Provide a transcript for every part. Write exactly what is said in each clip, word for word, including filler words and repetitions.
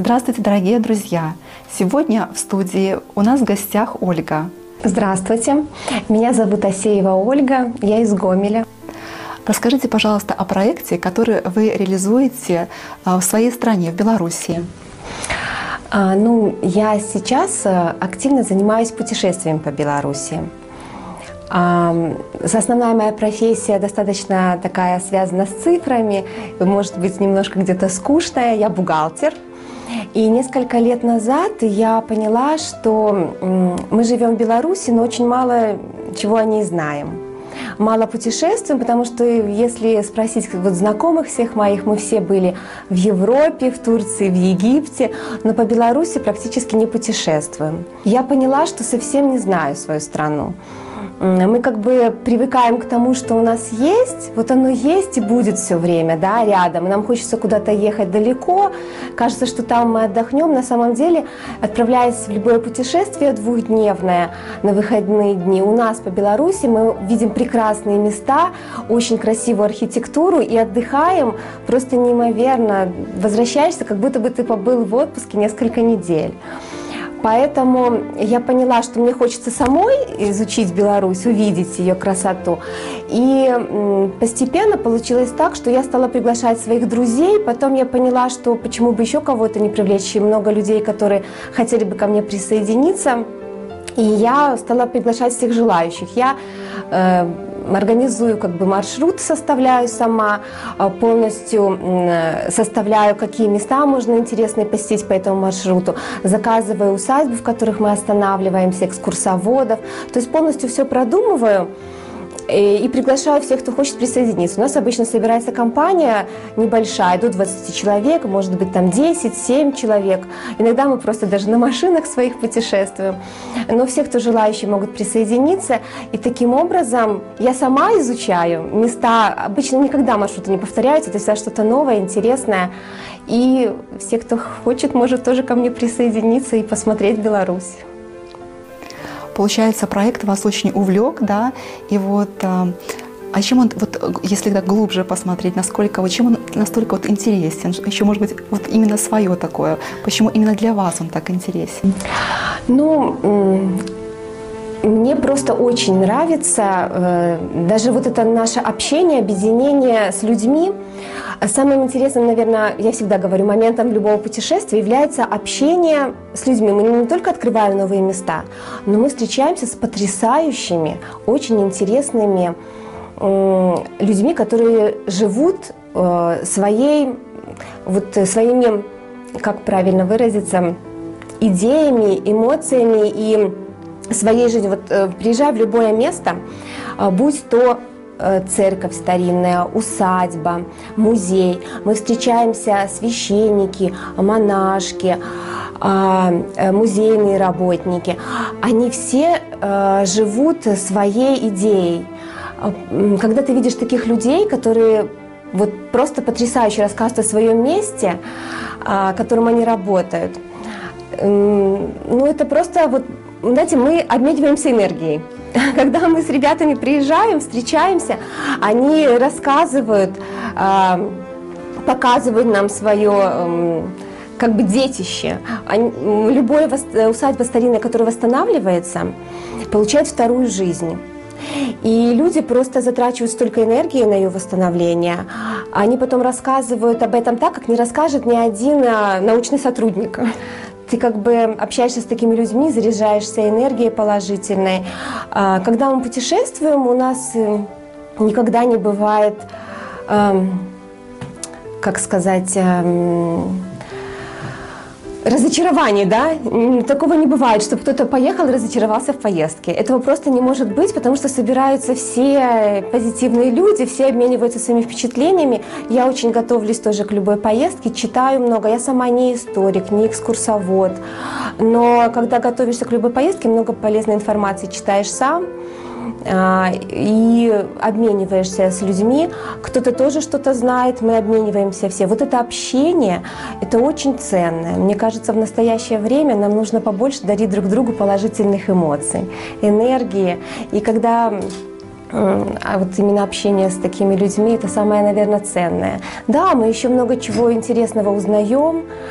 Здравствуйте, дорогие друзья! Сегодня в студии у нас в гостях Ольга. Здравствуйте, меня зовут Асеева Ольга, я из Гомеля. Расскажите, пожалуйста, о проекте, который вы реализуете в своей стране, в Беларуси. А, ну, я сейчас активно занимаюсь путешествием по Беларуси. А, основная моя профессия достаточно такая связана с цифрами, может быть, немножко где-то скучная. Я бухгалтер. И несколько лет назад я поняла, что мы живем в Беларуси, но очень мало чего о ней знаем. Мало путешествуем, потому что если спросить вот знакомых всех моих, мы все были в Европе, в Турции, в Египте, но по Беларуси практически не путешествуем. Я поняла, что совсем не знаю свою страну. Мы как бы привыкаем к тому, что у нас есть, вот оно есть и будет все время, да, рядом. И нам хочется куда-то ехать далеко, кажется, что там мы отдохнем. На самом деле, отправляясь в любое путешествие двухдневное на выходные дни, у нас по Беларуси мы видим прекрасные места, очень красивую архитектуру и отдыхаем просто неимоверно. Возвращаешься, как будто бы ты побыл в отпуске несколько недель. Поэтому я поняла, что мне хочется самой изучить Беларусь, увидеть ее красоту. И постепенно получилось так, что я стала приглашать своих друзей. Потом я поняла, что почему бы еще кого-то не привлечь. И много людей, которые хотели бы ко мне присоединиться. И я стала приглашать всех желающих. Я э, организую как бы маршрут, составляю сама, полностью составляю, какие места можно интересные посетить по этому маршруту, заказываю усадьбы, в которых мы останавливаемся, экскурсоводов, то есть полностью все продумываю. И приглашаю всех, кто хочет присоединиться. У нас обычно собирается компания небольшая, до двадцати человек, может быть там десять-семь человек. Иногда мы просто даже на машинах своих путешествуем. Но все, кто желающие, могут присоединиться. И таким образом я сама изучаю места. Обычно никогда маршруты не повторяются, это всегда что-то новое, интересное. И все, кто хочет, может тоже ко мне присоединиться и посмотреть Беларусь. Получается, проект вас очень увлек, да, и вот, а чем он, вот, если так глубже посмотреть, насколько, вот чем он настолько вот интересен, еще, может быть, вот именно свое такое, почему именно для вас он так интересен? Ну, мне просто очень нравится даже вот это наше общение, объединение с людьми. Самым интересным, наверное, я всегда говорю, моментом любого путешествия является общение с людьми. Мы не только открываем новые места, но мы встречаемся с потрясающими, очень интересными людьми, которые живут своей, вот, своими, как правильно выразиться, идеями, эмоциями и своей жизнью. Вот, приезжая в любое место, будь то церковь старинная, усадьба, музей. Мы встречаемся священники, монашки, музейные работники. Они все живут своей идеей. Когда ты видишь таких людей, которые вот просто потрясающе рассказывают о своем месте, в котором они работают, ну это просто вот, знаете, мы обмениваемся энергией. Когда мы с ребятами приезжаем, встречаемся, они рассказывают, показывают нам свое как бы детище. Любая усадьба старинная, которая восстанавливается, получает вторую жизнь. И люди просто затрачивают столько энергии на ее восстановление. Они потом рассказывают об этом так, как не расскажет ни один научный сотрудник. Ты как бы общаешься с такими людьми, заряжаешься энергией положительной. Когда мы путешествуем, у нас никогда не бывает, как сказать, разочарований, да? Такого не бывает, чтобы кто-то поехал и разочаровался в поездке. Этого просто не может быть, потому что собираются все позитивные люди, все обмениваются своими впечатлениями. Я очень готовлюсь тоже к любой поездке, читаю много. Я сама не историк, не экскурсовод. Но когда готовишься к любой поездке, много полезной информации читаешь сам и обмениваешься с людьми. Кто-то тоже что-то знает, мы обмениваемся все. Вот это общение, это очень ценное. Мне кажется, в настоящее время нам нужно побольше дарить друг другу положительных эмоций, энергии. И когда а вот именно общение с такими людьми – это самое, наверное, ценное. Да, мы еще много чего интересного узнаем,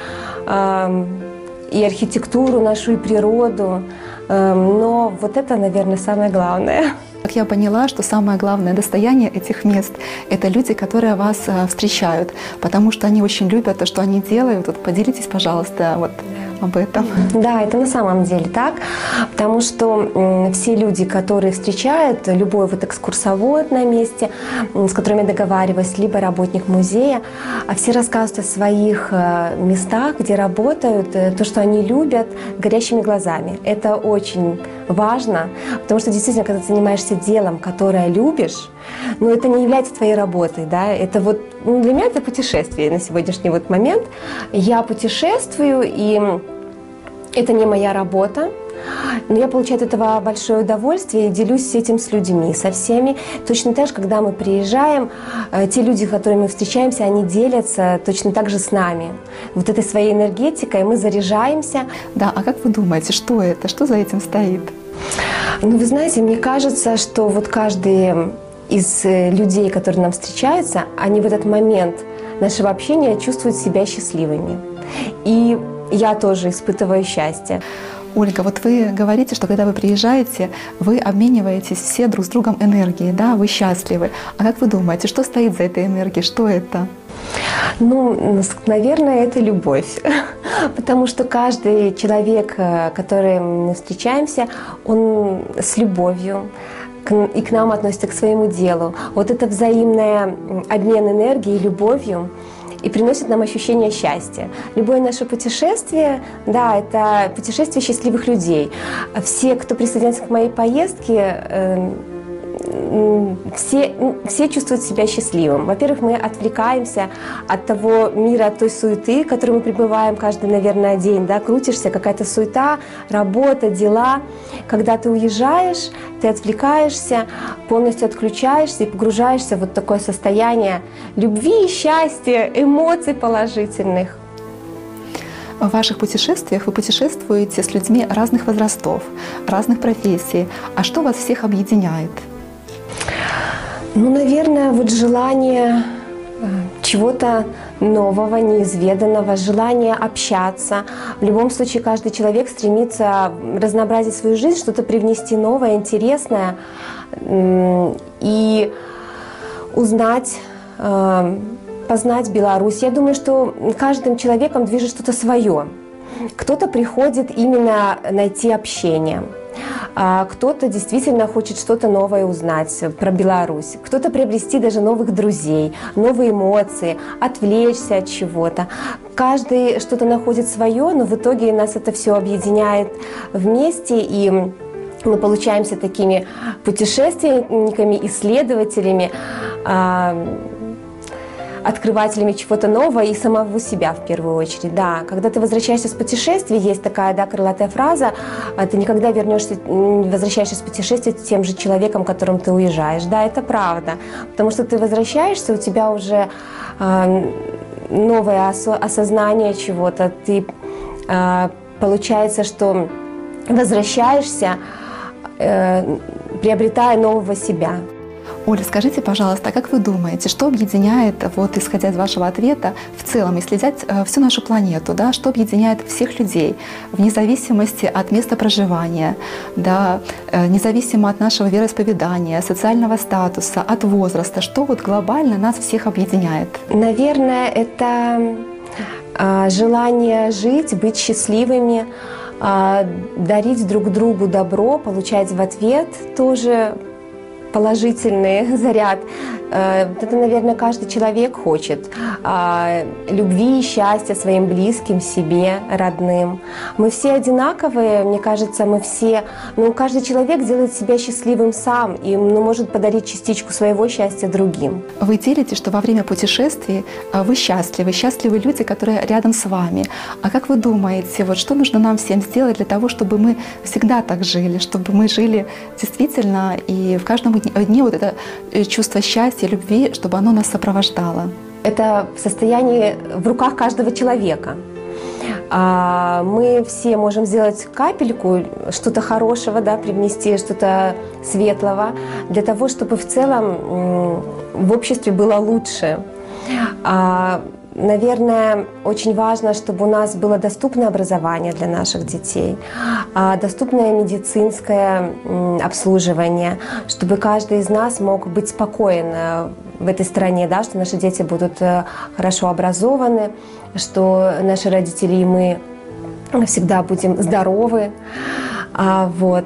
и архитектуру нашу, и природу. Но вот это, наверное, самое главное. Как я поняла, что самое главное достояние этих мест — это люди, которые вас встречают, потому что они очень любят то, что они делают. Вот поделитесь, пожалуйста, вот об этом. Да, это на самом деле так, потому что все люди, которые встречают, любой вот экскурсовод на месте, с которыми я договариваюсь, либо работник музея, все рассказывают о своих местах, где работают, то, что они любят, горящими глазами. Это очень важно, потому что действительно, когда ты занимаешься делом, которое любишь, но это не является твоей работой, да, это вот, ну, для меня это путешествие на сегодняшний вот момент. Я путешествую, и это не моя работа, но я получаю от этого большое удовольствие и делюсь этим с людьми, со всеми. Точно так же, когда мы приезжаем, те люди, с которыми мы встречаемся, они делятся точно так же с нами. Вот этой своей энергетикой мы заряжаемся. Да, а как вы думаете, что это, что за этим стоит? Ну, вы знаете, мне кажется, что вот каждый из людей, которые нам встречаются, они в этот момент нашего общения чувствуют себя счастливыми. И я тоже испытываю счастье. Ольга, вот вы говорите, что когда вы приезжаете, вы обмениваетесь все друг с другом энергией, да, вы счастливы. А как вы думаете, что стоит за этой энергией, что это? Ну, наверное, это любовь. Потому что каждый человек, который мы встречаемся, он с любовью и к нам относится, к своему делу. Вот это взаимный обмен энергией, любовью и приносит нам ощущение счастья. Любое наше путешествие, да, это путешествие счастливых людей. Все, кто присоединяется к моей поездке, э, все, все чувствуют себя счастливым. Во-первых, мы отвлекаемся от того мира, от той суеты, в которой мы пребываем каждый, наверное, день. Да, крутишься, какая-то суета, работа, дела. Когда ты уезжаешь, ты отвлекаешься, полностью отключаешься и погружаешься в вот такое состояние любви, счастья, эмоций положительных. В ваших путешествиях вы путешествуете с людьми разных возрастов, разных профессий. А что вас всех объединяет? Ну, наверное, вот желание чего-то нового, неизведанного, желание общаться. В любом случае, каждый человек стремится разнообразить свою жизнь, что-то привнести новое, интересное и узнать, познать Беларусь. Я думаю, что каждым человеком движет что-то свое. Кто-то приходит именно найти общение. А кто-то действительно хочет что-то новое узнать про Беларусь, кто-то приобрести даже новых друзей, новые эмоции, отвлечься от чего-то. Каждый что-то находит свое, но в итоге нас это все объединяет вместе, и мы получаемся такими путешественниками, исследователями, открывателями чего-то нового и самого себя в первую очередь. Да, когда ты возвращаешься с путешествия, есть такая, да, крылатая фраза, ты никогда вернешься, возвращаешься с путешествия тем же человеком, которым ты уезжаешь. Да, это правда, потому что ты возвращаешься, у тебя уже э, новое осознание чего-то, ты э, получается, что возвращаешься, э, приобретая нового себя. Оля, скажите, пожалуйста, как вы думаете, что объединяет, вот исходя из вашего ответа, в целом, если взять всю нашу планету, да, что объединяет всех людей, вне зависимости от места проживания, да, независимо от нашего вероисповедания, социального статуса, от возраста, что вот глобально нас всех объединяет? Наверное, это э, желание жить, быть счастливыми, э, дарить друг другу добро, получать в ответ тоже положительный заряд. Это, наверное, каждый человек хочет любви и счастья своим близким, себе, родным. Мы все одинаковые, мне кажется, мы все, но каждый человек делает себя счастливым сам и, ну, может подарить частичку своего счастья другим. Вы делите, что во время путешествий вы счастливы, счастливы люди, которые рядом с вами. А как вы думаете, вот что нужно нам всем сделать для того, чтобы мы всегда так жили, чтобы мы жили действительно и в каждом дне вот это чувство счастья, любви, чтобы оно нас сопровождало? Это в состоянии в руках каждого человека. Мы все можем сделать капельку, что-то хорошего, да, привнести, что-то светлого, для того, чтобы в целом в обществе было лучше. наверное, очень важно, чтобы у нас было доступное образование для наших детей, доступное медицинское обслуживание, чтобы каждый из нас мог быть спокоен в этой стране, да, что наши дети будут хорошо образованы, что наши родители и мы всегда будем здоровы. Вот.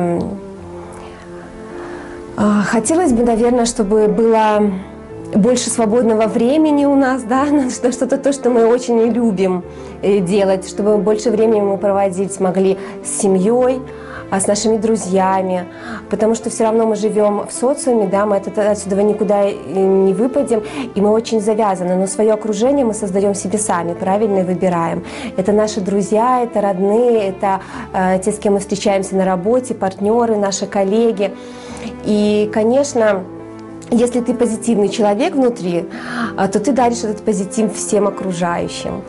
Хотелось бы, наверное, чтобы было больше свободного времени у нас, да, что-то то, что мы очень любим делать, чтобы больше времени мы проводить смогли с семьей, с нашими друзьями, потому что все равно мы живем в социуме, да, мы от, отсюда никуда не выпадем, и мы очень завязаны, но свое окружение мы создаем себе сами, правильно и выбираем. Это наши друзья, это родные, это э, те, с кем мы встречаемся на работе, партнеры, наши коллеги. И, конечно, если ты позитивный человек внутри, то ты даришь этот позитив всем окружающим.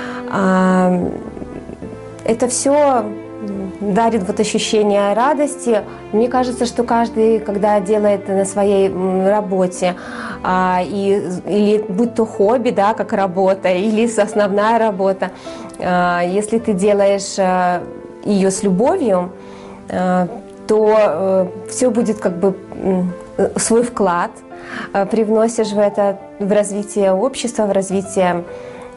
Это все дарит вот ощущение радости. Мне кажется, что каждый, когда делает на своей работе, и, или будь то хобби, да, как работа, или основная работа, если ты делаешь ее с любовью, то все будет как бы свой вклад привносишь в это, в развитие общества, в развитие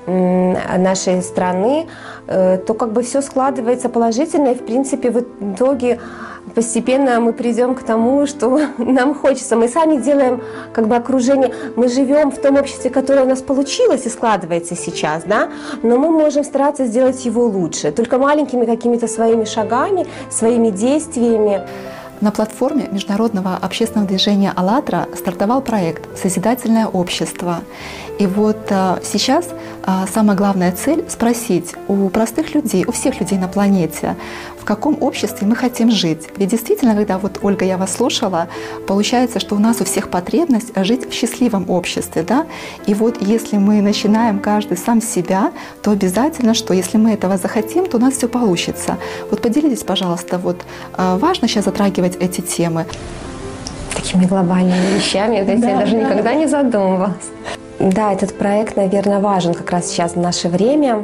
нашей страны, то как бы все складывается положительно, и в принципе в итоге постепенно мы придем к тому, что нам хочется. Мы сами делаем как бы окружение, мы живем в том обществе, которое у нас получилось и складывается сейчас, да, но мы можем стараться сделать его лучше, только маленькими какими-то своими шагами, своими действиями. На платформе международного общественного движения «АЛЛАТРА» стартовал проект «Созидательное общество». И вот а, сейчас а, самая главная цель – спросить у простых людей, у всех людей на планете, в каком обществе мы хотим жить. Ведь действительно, когда вот, Ольга, я вас слушала, получается, что у нас у всех потребность жить в счастливом обществе, да? И вот если мы начинаем каждый сам себя, то обязательно, что если мы этого захотим, то у нас все получится. Вот поделитесь, пожалуйста, вот а, важно сейчас затрагивать эти темы. Такими глобальными вещами, да, я даже да. никогда не задумывалась. Да, этот проект, наверное, важен как раз сейчас в наше время,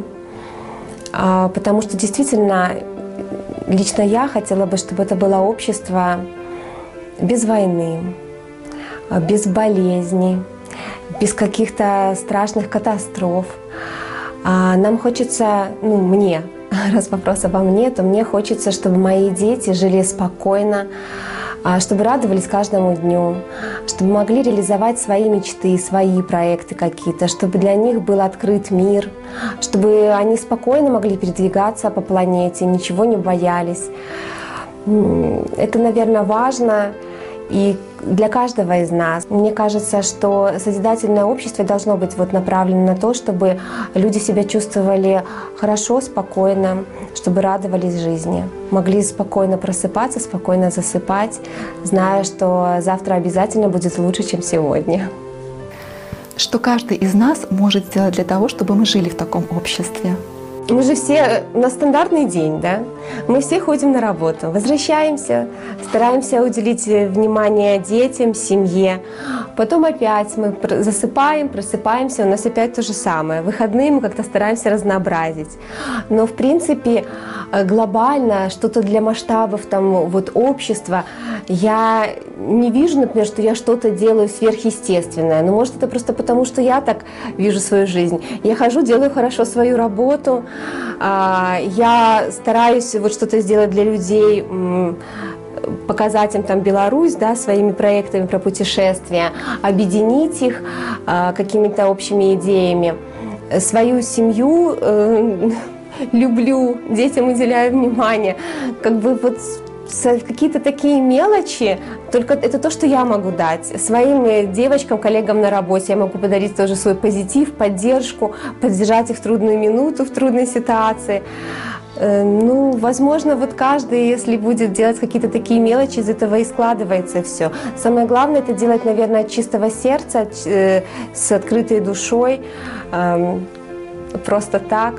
потому что действительно, лично я хотела бы, чтобы это было общество без войны, без болезней, без каких-то страшных катастроф. Нам хочется, ну, мне, раз вопрос обо мне, то мне хочется, чтобы мои дети жили спокойно, чтобы радовались каждому дню, чтобы могли реализовать свои мечты, свои проекты какие-то, чтобы для них был открыт мир, чтобы они спокойно могли передвигаться по планете, ничего не боялись. Это, наверное, важно и для каждого из нас. Мне кажется, что созидательное общество должно быть вот направлено на то, чтобы люди себя чувствовали хорошо, спокойно, чтобы радовались жизни, могли спокойно просыпаться, спокойно засыпать, зная, что завтра обязательно будет лучше, чем сегодня. Что каждый из нас может сделать для того, чтобы мы жили в таком обществе? Мы же все на стандартный день, да? Мы все ходим на работу, возвращаемся, стараемся уделить внимание детям, семье. Потом опять мы засыпаем, просыпаемся, у нас опять то же самое. Выходные мы как-то стараемся разнообразить. Но в принципе глобально что-то для масштабов там, вот, общества я не вижу, например, что я что-то делаю сверхъестественное. Но может это просто потому, что я так вижу свою жизнь. Я хожу, делаю хорошо свою работу, я стараюсь вот что-то сделать для людей, показать им там Беларусь, да, своими проектами про путешествия, объединить их какими-то общими идеями. Свою семью э, люблю, детям уделяю внимание. Как бы вот какие-то такие мелочи, только это то, что я могу дать. Своим девочкам, коллегам на работе я могу подарить тоже свой позитив, поддержку, поддержать их в трудную минуту, в трудной ситуации. Ну, возможно, вот каждый, если будет делать какие-то такие мелочи, из этого и складывается все. Самое главное — это делать, наверное, от чистого сердца, с открытой душой, просто так.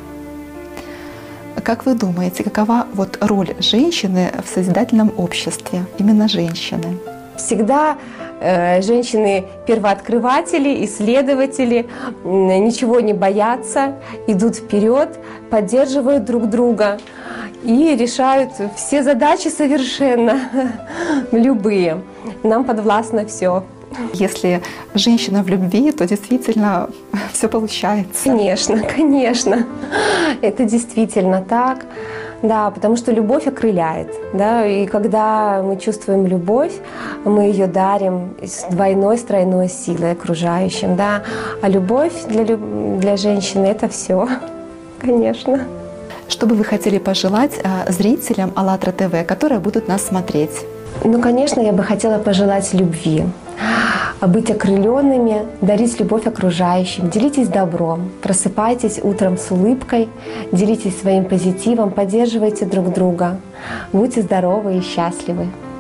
Как вы думаете, какова вот роль женщины в созидательном обществе, именно женщины? Всегда э, женщины первооткрыватели, исследователи, э, ничего не боятся, идут вперед, поддерживают друг друга и решают все задачи совершенно, любые. Нам подвластно все. Если женщина в любви, то действительно все получается. Конечно, конечно. Это действительно так. Да, потому что любовь окрыляет. Да? И когда мы чувствуем любовь, мы ее дарим с двойной, с тройной силой окружающим. Да? А любовь для, люб... для женщины – это все, конечно. Что бы вы хотели пожелать зрителям АЛЛАТРА ТВ, которые будут нас смотреть? Ну, конечно, я бы хотела пожелать любви, быть окрыленными, дарить любовь окружающим, делитесь добром, просыпайтесь утром с улыбкой, делитесь своим позитивом, поддерживайте друг друга, будьте здоровы и счастливы.